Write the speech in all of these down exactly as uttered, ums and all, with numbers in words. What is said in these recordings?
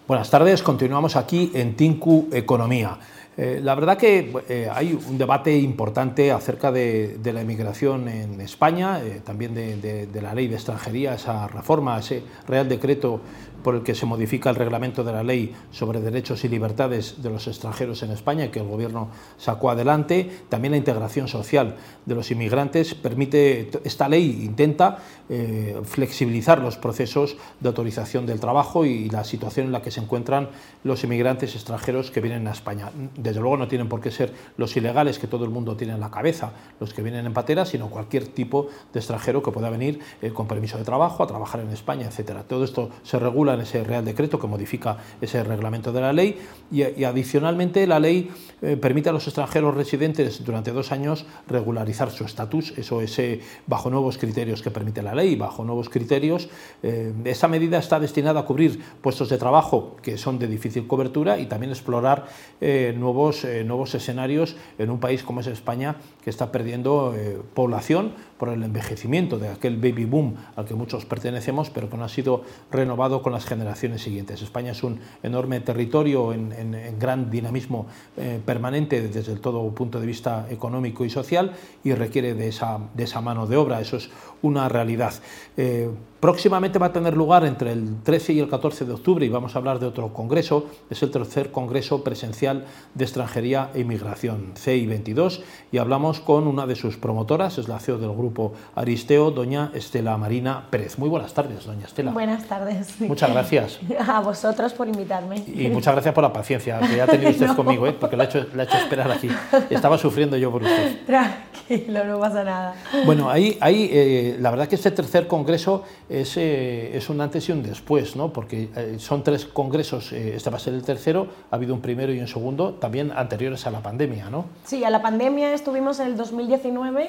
Buenas tardes, continuamos aquí en Tinku Economía. Eh, la verdad que eh, hay un debate importante acerca de, de la emigración en España, eh, también de, de, de la ley de extranjería, esa reforma, ese Real Decreto por el que se modifica el reglamento de la ley sobre derechos y libertades de los extranjeros en España, que el Gobierno sacó adelante. También la integración social de los inmigrantes permite, esta ley intenta eh, flexibilizar los procesos de autorización del trabajo y la situación en la que se encuentran los inmigrantes extranjeros que vienen a España. Desde luego no tienen por qué ser los ilegales que todo el mundo tiene en la cabeza, los que vienen en patera, sino cualquier tipo de extranjero que pueda venir eh, con permiso de trabajo, a trabajar en España, etcétera. Todo esto se regula en ese Real Decreto que modifica ese reglamento de la ley y, y adicionalmente la ley eh, permite a los extranjeros residentes durante dos años regularizar su estatus, eso es eh, bajo nuevos criterios que permite la ley, bajo nuevos criterios. Eh, esta medida está destinada a cubrir puestos de trabajo que son de difícil cobertura y también explorar eh, nuevos, eh, nuevos escenarios en un país como es España, que está perdiendo eh, población por el envejecimiento de aquel baby boom al que muchos pertenecemos, pero que no ha sido renovado con las generaciones siguientes. España es un enorme territorio en, en, en gran dinamismo eh, permanente desde el todo punto de vista económico y social y requiere de esa, de esa mano de obra, eso es una realidad. Eh, próximamente va a tener lugar entre el trece y el catorce de octubre y vamos a hablar de otro congreso, es el tercer Congreso Presencial de Extranjería e Inmigración, C I veintidós, y hablamos con una de sus promotoras, es la C E O del Grupo Aristeo, doña Estela Marina Pérez. Muy buenas tardes, doña Estela. Buenas tardes. Muchas gracias. A vosotros por invitarme. Y muchas gracias por la paciencia que ha tenido usted no. conmigo, ¿eh? Porque la he, hecho, la he hecho esperar aquí. Estaba sufriendo yo por usted. Tranquilo, no pasa nada. Bueno, ahí, ahí eh, la verdad que este tercer congreso es, eh, es un antes y un después, ¿no? Porque eh, son tres congresos, eh, este va a ser el tercero, ha habido un primero y un segundo, también anteriores a la pandemia, ¿no? Sí, a la pandemia estuvimos en el dos mil diecinueve,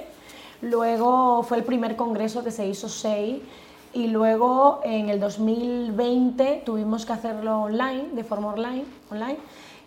luego fue el primer congreso que se hizo S E I, y luego en el dos mil veinte tuvimos que hacerlo online, de forma online, online,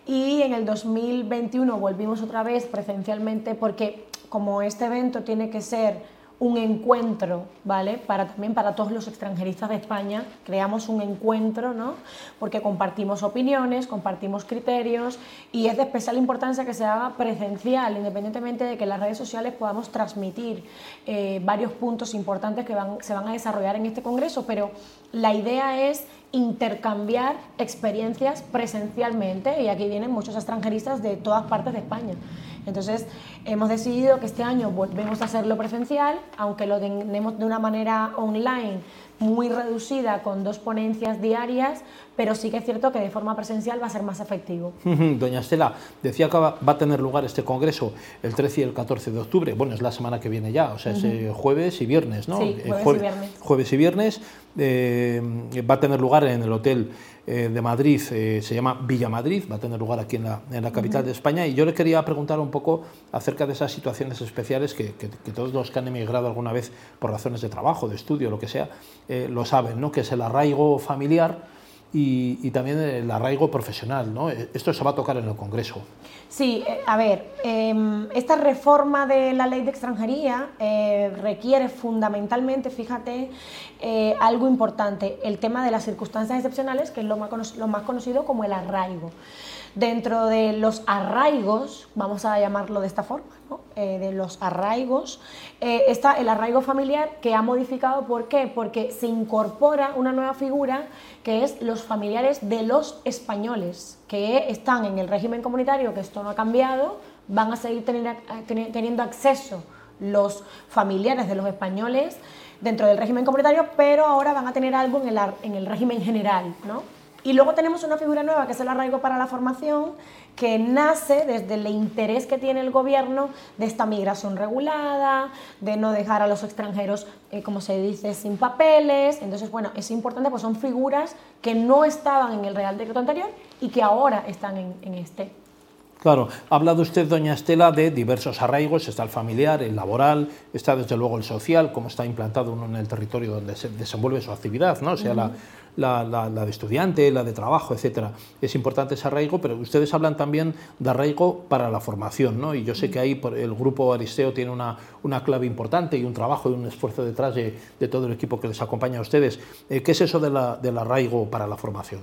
y en el dos mil veintiuno volvimos otra vez presencialmente porque como este evento tiene que ser un encuentro, ¿vale? Para, también para todos los extranjeristas de España, creamos un encuentro, ¿no? Porque compartimos opiniones, compartimos criterios y es de especial importancia que se haga presencial, independientemente de que en las redes sociales podamos transmitir eh, varios puntos importantes que van, se van a desarrollar en este congreso, pero la idea es intercambiar experiencias presencialmente y aquí vienen muchos extranjeristas de todas partes de España. Entonces hemos decidido que este año volvemos a hacerlo presencial, aunque lo tenemos de una manera online muy reducida con dos ponencias diarias, pero sí que es cierto que de forma presencial va a ser más efectivo. Doña Estela, decía que va a tener lugar este congreso el trece y el catorce de octubre, bueno, es la semana que viene ya, o sea, es uh-huh. jueves y viernes, ¿no? Sí, jueves Jue- y viernes. Jueves y viernes, eh, va a tener lugar en el hotel eh, de Madrid, eh, se llama Villa Madrid, va a tener lugar aquí en la, en la capital uh-huh. de España, y yo le quería preguntar un poco acerca de esas situaciones especiales que, que, que todos los que han emigrado alguna vez por razones de trabajo, de estudio, lo que sea, eh, lo saben, ¿no? Que es el arraigo familiar y, y también el arraigo profesional, ¿no? Esto se va a tocar en el Congreso. Sí, eh, a ver, eh, esta reforma de la ley de extranjería eh, requiere fundamentalmente, fíjate, eh, algo importante, el tema de las circunstancias excepcionales, que es lo más, lo más conocido como el arraigo. Dentro de los arraigos, vamos a llamarlo de esta forma, ¿no? eh, de los arraigos, eh, está el arraigo familiar que ha modificado, ¿por qué? Porque se incorpora una nueva figura que es los familiares de los españoles, que están en el régimen comunitario, que esto no ha cambiado, van a seguir tener, teniendo acceso los familiares de los españoles dentro del régimen comunitario, pero ahora van a tener algo en el, en el régimen general, ¿no? Y luego tenemos una figura nueva que es el arraigo para la formación, que nace desde el interés que tiene el gobierno de esta migración regulada, de no dejar a los extranjeros, eh, como se dice, sin papeles. Entonces, bueno, es importante, pues son figuras que no estaban en el Real Decreto anterior y que ahora están en, en este. Claro, ha hablado usted, doña Estela, de diversos arraigos, está el familiar, el laboral, está desde luego el social, cómo está implantado uno en el territorio donde se desenvuelve su actividad, ¿no? O sea, uh-huh. la, la, la, la de estudiante, la de trabajo, etcétera. Es importante ese arraigo, pero ustedes hablan también de arraigo para la formación, ¿no? Y yo sé uh-huh. que ahí por el Grupo Aristeo tiene una, una clave importante y un trabajo y un esfuerzo detrás de, de todo el equipo que les acompaña a ustedes. Eh, ¿Qué es eso de la, del arraigo para la formación?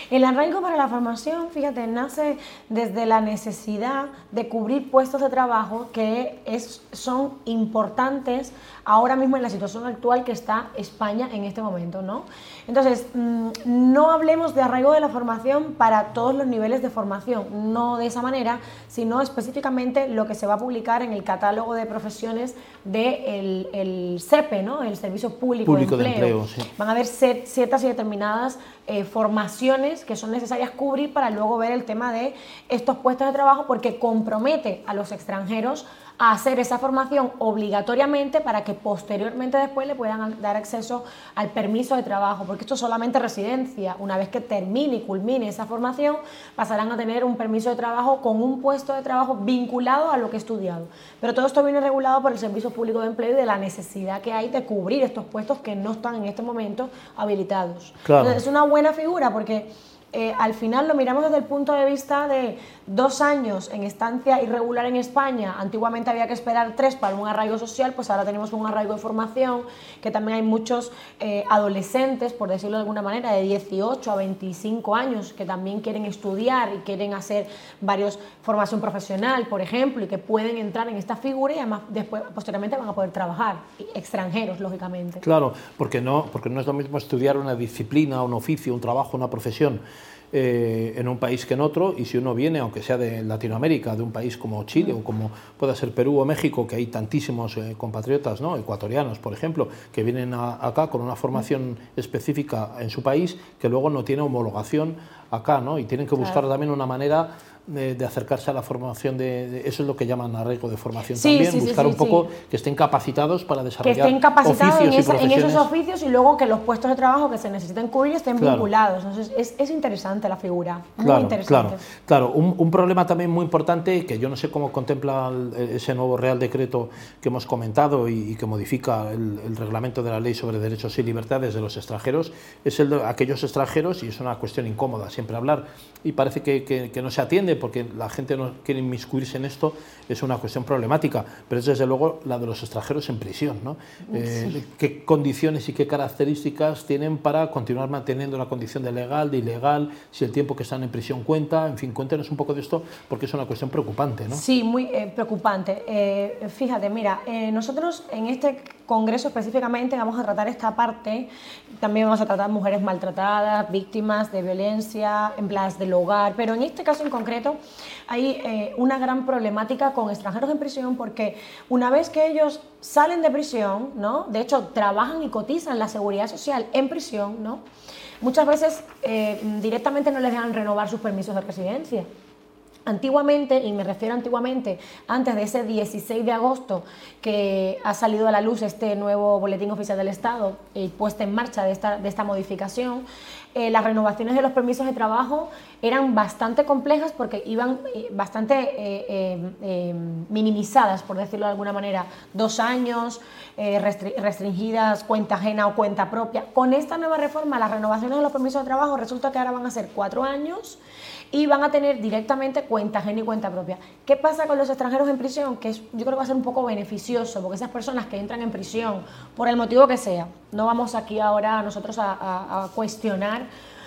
El arraigo para la formación, fíjate, nace desde la necesidad de cubrir puestos de trabajo que es, son importantes ahora mismo en la situación actual que está España en este momento, ¿no? Entonces, no hablemos de arraigo de la formación para todos los niveles de formación, no de esa manera, sino específicamente lo que se va a publicar en el catálogo de profesiones del el S E P E, ¿no? El Servicio Público, Público de Empleo. de Empleo, sí. Van a haber ciertas y determinadas eh, formaciones que son necesarias cubrir para luego ver el tema de estos puestos de trabajo, porque compromete a los extranjeros a hacer esa formación obligatoriamente para que posteriormente después le puedan dar acceso al permiso de trabajo, porque esto es solamente residencia. Una vez que termine y culmine esa formación, pasarán a tener un permiso de trabajo con un puesto de trabajo vinculado a lo que he estudiado. Pero todo esto viene regulado por el Servicio Público de Empleo y de la necesidad que hay de cubrir estos puestos que no están en este momento habilitados. Claro. Entonces, es una buena figura porque Eh, al final lo miramos desde el punto de vista de dos años en estancia irregular en España. Antiguamente había que esperar tres para un arraigo social, pues ahora tenemos un arraigo de formación, que también hay muchos eh, adolescentes, por decirlo de alguna manera, de dieciocho a veinticinco años, que también quieren estudiar y quieren hacer varios formación profesional, por ejemplo, y que pueden entrar en esta figura y además después, posteriormente van a poder trabajar, extranjeros, lógicamente. Claro, porque no, porque no es lo mismo estudiar una disciplina, un oficio, un trabajo, una profesión Eh, en un país que en otro, y si uno viene, aunque sea de Latinoamérica, de un país como Chile o como pueda ser Perú o México, que hay tantísimos eh, compatriotas, ¿no? ecuatorianos, por ejemplo, que vienen a, acá con una formación específica en su país, que luego no tiene homologación acá, ¿no? Y tienen que buscar claro. también una manera de, de acercarse a la formación, de, de eso es lo que llaman arraigo de formación sí, también, sí, buscar sí, sí, un poco sí. que estén capacitados para desarrollar que estén capacitados en, esa, en esos oficios y luego que los puestos de trabajo que se necesiten cubrir estén claro. vinculados. Entonces es, es interesante la figura, muy claro, interesante. Claro, claro. Un, un problema también muy importante, que yo no sé cómo contempla el, ese nuevo Real Decreto que hemos comentado y, y que modifica el, el reglamento de la Ley sobre Derechos y Libertades de los extranjeros, es el de aquellos extranjeros, y es una cuestión incómoda siempre hablar, y parece que, que, que no se atiende porque la gente no quiere inmiscuirse en esto, es una cuestión problemática, pero es desde luego la de los extranjeros en prisión, ¿no? Eh, sí. ¿Qué condiciones y qué características tienen para continuar manteniendo la condición de legal, de ilegal, si el tiempo que están en prisión cuenta? En fin, cuéntenos un poco de esto porque es una cuestión preocupante, ¿no? Sí, muy eh, preocupante. Eh, fíjate, mira, eh, nosotros en este congreso específicamente vamos a tratar esta parte, también vamos a tratar mujeres maltratadas, víctimas de violencia, empleadas del hogar, pero en este caso en concreto hay eh, una gran problemática con extranjeros en prisión, porque una vez que ellos salen de prisión, ¿no? De hecho trabajan y cotizan la seguridad social en prisión, ¿no? Muchas veces eh, directamente no les dejan renovar sus permisos de residencia. Antiguamente, y me refiero antiguamente, antes de ese dieciséis de agosto que ha salido a la luz este nuevo Boletín Oficial del Estado y puesta en marcha de esta, de esta modificación, eh, las renovaciones de los permisos de trabajo eran bastante complejas porque iban eh, bastante eh, eh, eh, minimizadas, por decirlo de alguna manera, dos años, eh, restringidas, cuenta ajena o cuenta propia. Con esta nueva reforma, las renovaciones de los permisos de trabajo resulta que ahora van a ser cuatro años y van a tener directamente cuenta ajena y cuenta propia. ¿Qué pasa con los extranjeros en prisión? Que es, yo creo que va a ser un poco beneficioso, porque esas personas que entran en prisión, por el motivo que sea, no vamos aquí ahora nosotros a, a, a cuestionar,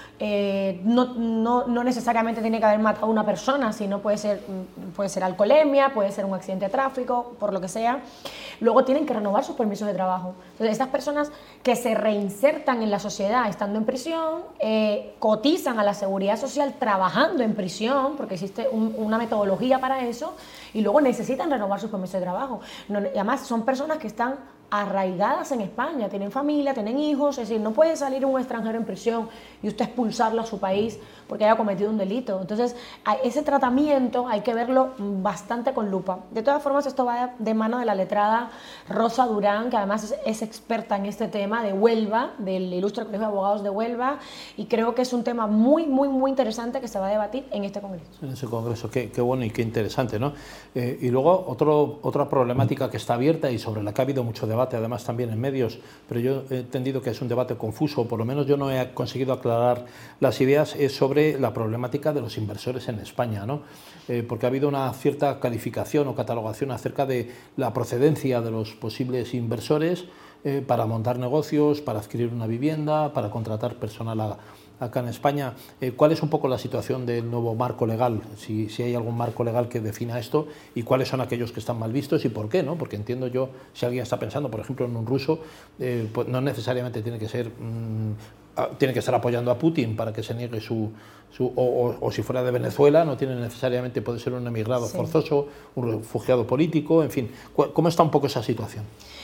eh, no, no, no necesariamente tiene que haber matado a una persona, sino puede ser, puede ser alcoholemia, puede ser un accidente de tráfico, por lo que sea. Luego tienen que renovar sus permisos de trabajo. Entonces, estas personas que se reinsertan en la sociedad estando en prisión, eh, cotizan a la seguridad social trabajando en prisión, porque existe un, una metodología para eso, y luego necesitan renovar sus permisos de trabajo. No, y además, son personas que están arraigadas en España, tienen familia, tienen hijos, es decir, no puede salir un extranjero en prisión y usted expulsarlo a su país porque haya cometido un delito. Entonces, ese tratamiento hay que verlo bastante con lupa. De todas formas, esto va de mano de la letrada Rosa Durán, que además es, es experta en este tema de Huelva, del Ilustre Colegio de Abogados de Huelva, y creo que es un tema muy, muy, muy interesante que se va a debatir en este congreso. En ese congreso, qué, qué bueno y qué interesante, ¿no? Eh, y luego, otro, otra problemática que está abierta y sobre la que ha habido mucho debate, además también en medios, pero yo he entendido que es un debate confuso, por lo menos yo no he conseguido aclarar las ideas, es sobre la problemática de los inversores en España, ¿no? Eh, porque ha habido una cierta calificación o catalogación acerca de la procedencia de los posibles inversores eh, para montar negocios, para adquirir una vivienda, para contratar personal a, acá en España. Eh, ¿Cuál es un poco la situación del nuevo marco legal? Si, si hay algún marco legal que defina esto y cuáles son aquellos que están mal vistos y por qué, ¿no? Porque entiendo yo, si alguien está pensando, por ejemplo, en un ruso, eh, pues no necesariamente tiene que ser... Mmm, tiene que estar apoyando a Putin para que se niegue su... su o, o, o si fuera de Venezuela, no tiene necesariamente, puede ser un emigrado sí. forzoso, un refugiado político, en fin. ¿Cómo está un poco esa situación?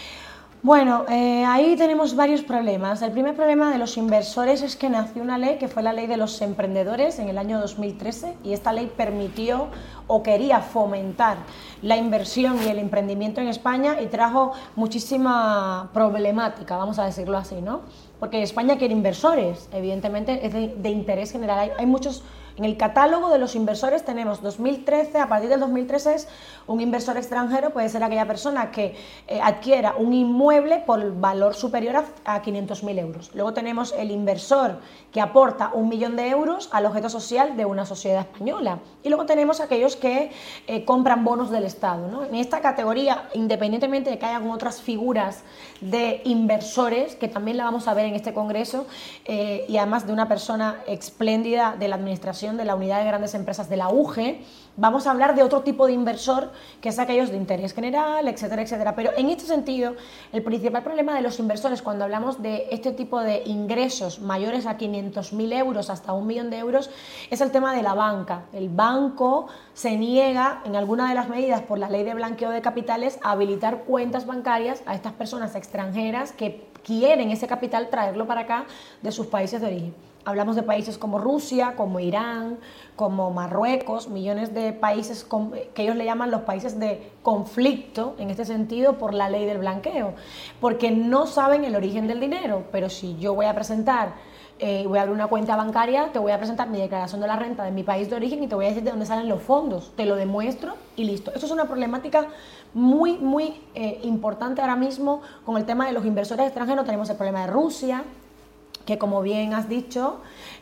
Bueno, eh, ahí tenemos varios problemas. El primer problema de los inversores es que nació una ley que fue la ley de los emprendedores en el año dos mil trece y esta ley permitió o quería fomentar la inversión y el emprendimiento en España y trajo muchísima problemática, vamos a decirlo así, ¿no? Porque España quiere inversores, evidentemente es de, de interés general. Hay, hay muchos... En el catálogo de los inversores tenemos dos mil trece, a partir del dos mil trece es un inversor extranjero, puede ser aquella persona que eh, adquiera un inmueble por valor superior a, a quinientos mil euros. Luego tenemos el inversor que aporta un millón de euros al objeto social de una sociedad española. Y luego tenemos aquellos que eh, compran bonos del Estado, ¿no? En esta categoría, independientemente de que hayan otras figuras de inversores, que también la vamos a ver en este congreso, eh, y además de una persona espléndida de la administración de la Unidad de Grandes Empresas de la U G E, vamos a hablar de otro tipo de inversor que es aquellos de interés general, etcétera, etcétera. Pero en este sentido, el principal problema de los inversores cuando hablamos de este tipo de ingresos mayores a quinientos mil euros hasta un millón de euros es el tema de la banca. El banco se niega en alguna de las medidas por la ley de blanqueo de capitales a habilitar cuentas bancarias a estas personas extranjeras que quieren ese capital traerlo para acá de sus países de origen. Hablamos de países como Rusia, como Irán, como Marruecos, millones de países que ellos le llaman los países de conflicto, en este sentido, por la ley del blanqueo, porque no saben el origen del dinero. Pero si yo voy a presentar, eh, voy a abrir una cuenta bancaria, te voy a presentar mi declaración de la renta de mi país de origen y te voy a decir de dónde salen los fondos, te lo demuestro y listo. Esto es una problemática muy, muy eh, importante ahora mismo con el tema de los inversores extranjeros. Tenemos el problema de Rusia, que como bien has dicho,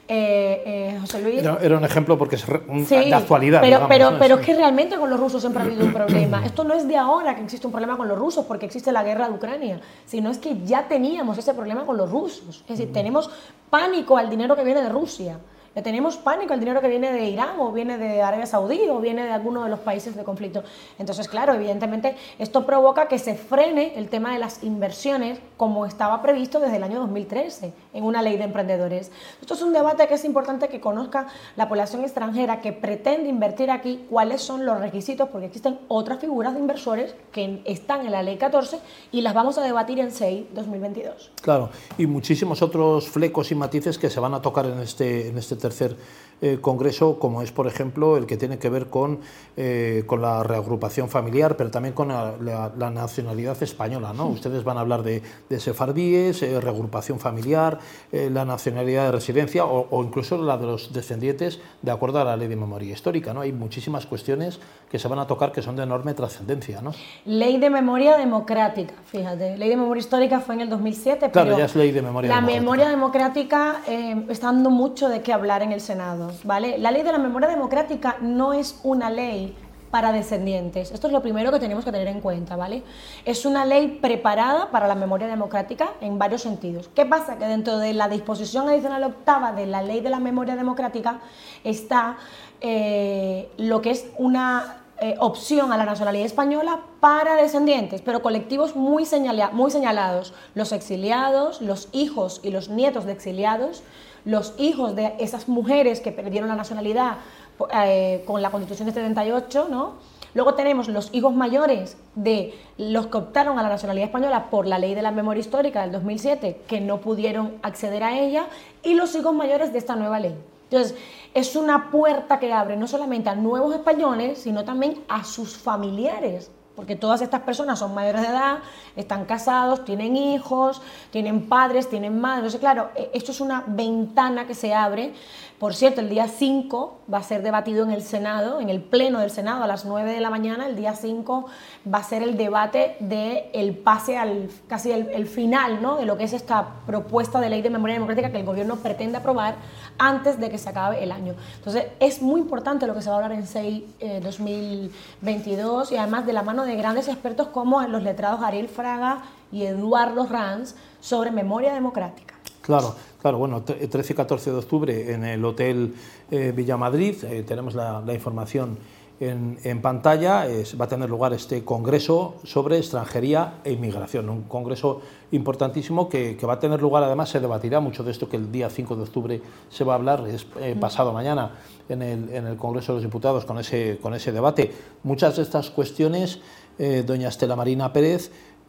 eh, eh, José Luis... Era, era un ejemplo porque es un, sí, de actualidad. Pero, digamos, pero, ¿no? pero sí. es que realmente con los rusos siempre ha habido un problema. Esto no es de ahora que existe un problema con los rusos porque existe la guerra de Ucrania, sino es que ya teníamos ese problema con los rusos. Es decir, mm. tenemos pánico al dinero que viene de Rusia. Le tenemos pánico al dinero que viene de Irán o viene de Arabia Saudí o viene de alguno de los países de conflicto. Entonces, claro, evidentemente esto provoca que se frene el tema de las inversiones como estaba previsto desde el año dos mil trece en una ley de emprendedores. Esto es un debate que es importante que conozca la población extranjera que pretende invertir aquí, cuáles son los requisitos, porque existen otras figuras de inversores que están en la ley catorce y las vamos a debatir en C E I dos mil veintidós. Claro, y muchísimos otros flecos y matices que se van a tocar en este, en este tercer eh, congreso, como es, por ejemplo, el que tiene que ver con, eh, con la reagrupación familiar, pero también con la, la, la nacionalidad española, ¿no? Sí. Ustedes van a hablar de, de sefardíes, eh, reagrupación familiar, eh, la nacionalidad de residencia o, o incluso la de los descendientes de acuerdo a la ley de memoria histórica, ¿no? Hay muchísimas cuestiones que se van a tocar que son de enorme trascendencia, ¿no? Ley de memoria democrática, fíjate, ley de memoria histórica fue en el dos mil siete, claro, pero ya es ley de memoria la democrática. memoria democrática eh, está dando mucho de qué hablar en el Senado, ¿vale? La ley de la memoria democrática no es una ley para descendientes. Esto es lo primero que tenemos que tener en cuenta, ¿vale? Es una ley preparada para la memoria democrática en varios sentidos. ¿Qué pasa? Que dentro de la disposición adicional octava de la ley de la memoria democrática está eh, lo que es una eh, opción a la nacionalidad española para descendientes, pero colectivos muy, señala, muy señalados. Los exiliados, los hijos y los nietos de exiliados, los hijos de esas mujeres que perdieron la nacionalidad eh, con la Constitución de setenta y ocho, ¿no? Luego tenemos los hijos mayores de los que optaron a la nacionalidad española por la ley de la memoria histórica del dos mil siete, que no pudieron acceder a ella, y los hijos mayores de esta nueva ley. Entonces, es una puerta que abre no solamente a nuevos españoles, sino también a sus familiares, porque todas estas personas son mayores de edad, están casados, tienen hijos, tienen padres, tienen madres. Entonces, claro, esto es una ventana que se abre. Por cierto, el día cinco va a ser debatido en el Senado, en el Pleno del Senado, a las nueve de la mañana. El día cinco va a ser el debate del pase al casi el, el final, ¿no?, de lo que es esta propuesta de ley de memoria democrática que el gobierno pretende aprobar antes de que se acabe el año. Entonces, es muy importante lo que se va a hablar en C E I eh, dos mil veintidós y además de la mano de grandes expertos como los letrados Ariel Fraga y Eduardo Ranz sobre memoria democrática. Claro, Claro, bueno, trece y catorce de octubre en el Hotel eh, Villamadrid, eh, tenemos la, la información en, en pantalla, eh, va a tener lugar este congreso sobre extranjería e inmigración, un congreso importantísimo que, que va a tener lugar, además se debatirá mucho de esto que el día cinco de octubre se va a hablar, es eh, pasado mañana en el, en el Congreso de los Diputados con ese, con ese debate. Muchas de estas cuestiones, eh, doña Estela Marina Pérez,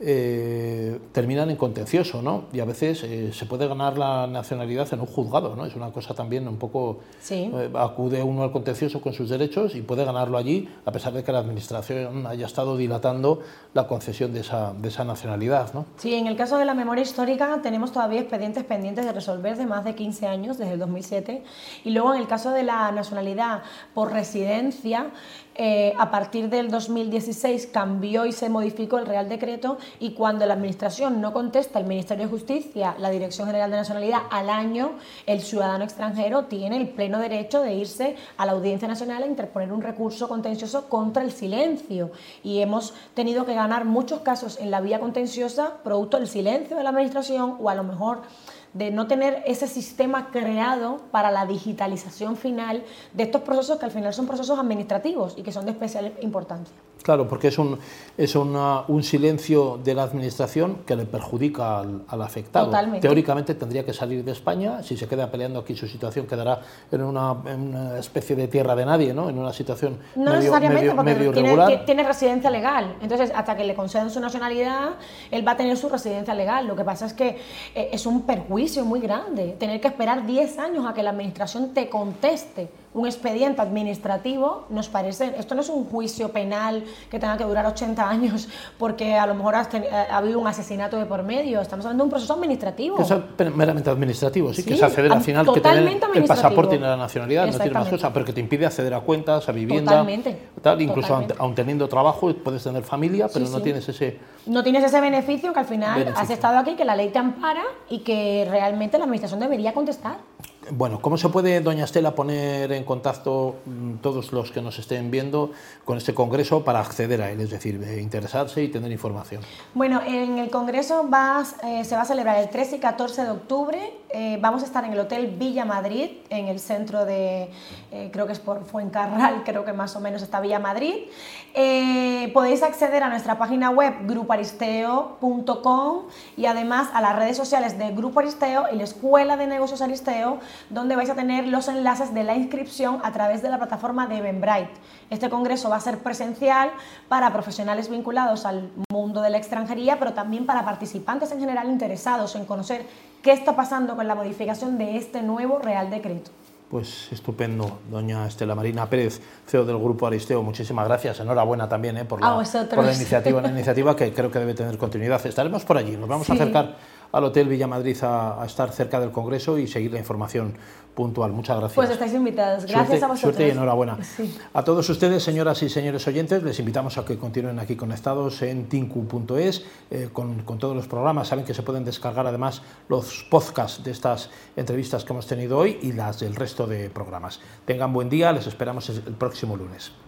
Eh, terminan en contencioso, ¿no? Y a veces eh, se puede ganar la nacionalidad en un juzgado, ¿no? Es una cosa también un poco... Sí. Eh, acude uno al contencioso con sus derechos y puede ganarlo allí, a pesar de que la Administración haya estado dilatando la concesión de esa, de esa nacionalidad, ¿no? Sí, en el caso de la memoria histórica tenemos todavía expedientes pendientes de resolver de más de quince años, desde el dos mil siete, y luego en el caso de la nacionalidad por residencia, eh, a partir del dos mil dieciséis cambió y se modificó el Real Decreto, y cuando la Administración no contesta al Ministerio de Justicia, la Dirección General de Nacionalidad, al año, el ciudadano extranjero tiene el pleno derecho de irse a la Audiencia Nacional a interponer un recurso contencioso contra el silencio, y hemos tenido que ganar muchos casos en la vía contenciosa producto del silencio de la Administración, o a lo mejor de no tener ese sistema creado para la digitalización final de estos procesos, que al final son procesos administrativos y que son de especial importancia. Claro, porque es un, es una, un silencio de la Administración que le perjudica al, al afectado. Totalmente. Teóricamente tendría que salir de España, si se queda peleando aquí su situación quedará en una, en una especie de tierra de nadie, ¿no? En una situación no medio, necesariamente, medio, porque medio tiene, irregular. tiene residencia legal, entonces hasta que le concedan su nacionalidad, él va a tener su residencia legal. Lo que pasa es que eh, es un perjuicio muy grande tener que esperar diez años a que la Administración te conteste un expediente administrativo. Nos parece, esto no es un juicio penal que tenga que durar ochenta años porque a lo mejor ha, ha habido un asesinato de por medio. Estamos hablando de un proceso administrativo. Es meramente administrativo, sí, sí, que es acceder al final que tener el pasaporte y la nacionalidad, no tiene más cosa, pero que te impide acceder a cuentas, a vivienda, totalmente, tal, incluso totalmente. Aun, aun teniendo trabajo puedes tener familia, pero sí, no sí. tienes ese... No tienes ese beneficio que al final beneficio. Has estado aquí, que la ley te ampara y que realmente la Administración debería contestar. Bueno, ¿cómo se puede, doña Estela, poner en contacto mmm, todos los que nos estén viendo con este congreso para acceder a él, es decir, eh, interesarse y tener información? Bueno, en el congreso va, eh, se va a celebrar el trece y catorce de octubre, eh, vamos a estar en el Hotel Villamadrid, en el centro de, eh, creo que es por Fuencarral, creo que más o menos está Villamadrid. Eh, podéis acceder a nuestra página web grupo aristeo punto com y además a las redes sociales de Grupo Aristeo y la Escuela de Negocios Aristeo, donde vais a tener los enlaces de la inscripción a través de la plataforma de Eventbrite. Este congreso va a ser presencial para profesionales vinculados al mundo de la extranjería, pero también para participantes en general interesados en conocer qué está pasando con la modificación de este nuevo Real Decreto. Pues estupendo, doña Estela Marina Pérez, C E O del Grupo Aristeo, muchísimas gracias, enhorabuena también eh, por, la, por la iniciativa, una iniciativa que creo que debe tener continuidad. Estaremos por allí, nos vamos sí. a acercar al Hotel Villamadrid a, a estar cerca del Congreso y seguir la información puntual. Muchas gracias. Pues estáis invitados. Gracias suerte, a vosotros. Suerte y enhorabuena. Sí. A todos ustedes, señoras y señores oyentes, les invitamos a que continúen aquí conectados en tinku punto es eh, con, con todos los programas. Saben que se pueden descargar además los podcasts de estas entrevistas que hemos tenido hoy y las del resto de programas. Tengan buen día, les esperamos el próximo lunes.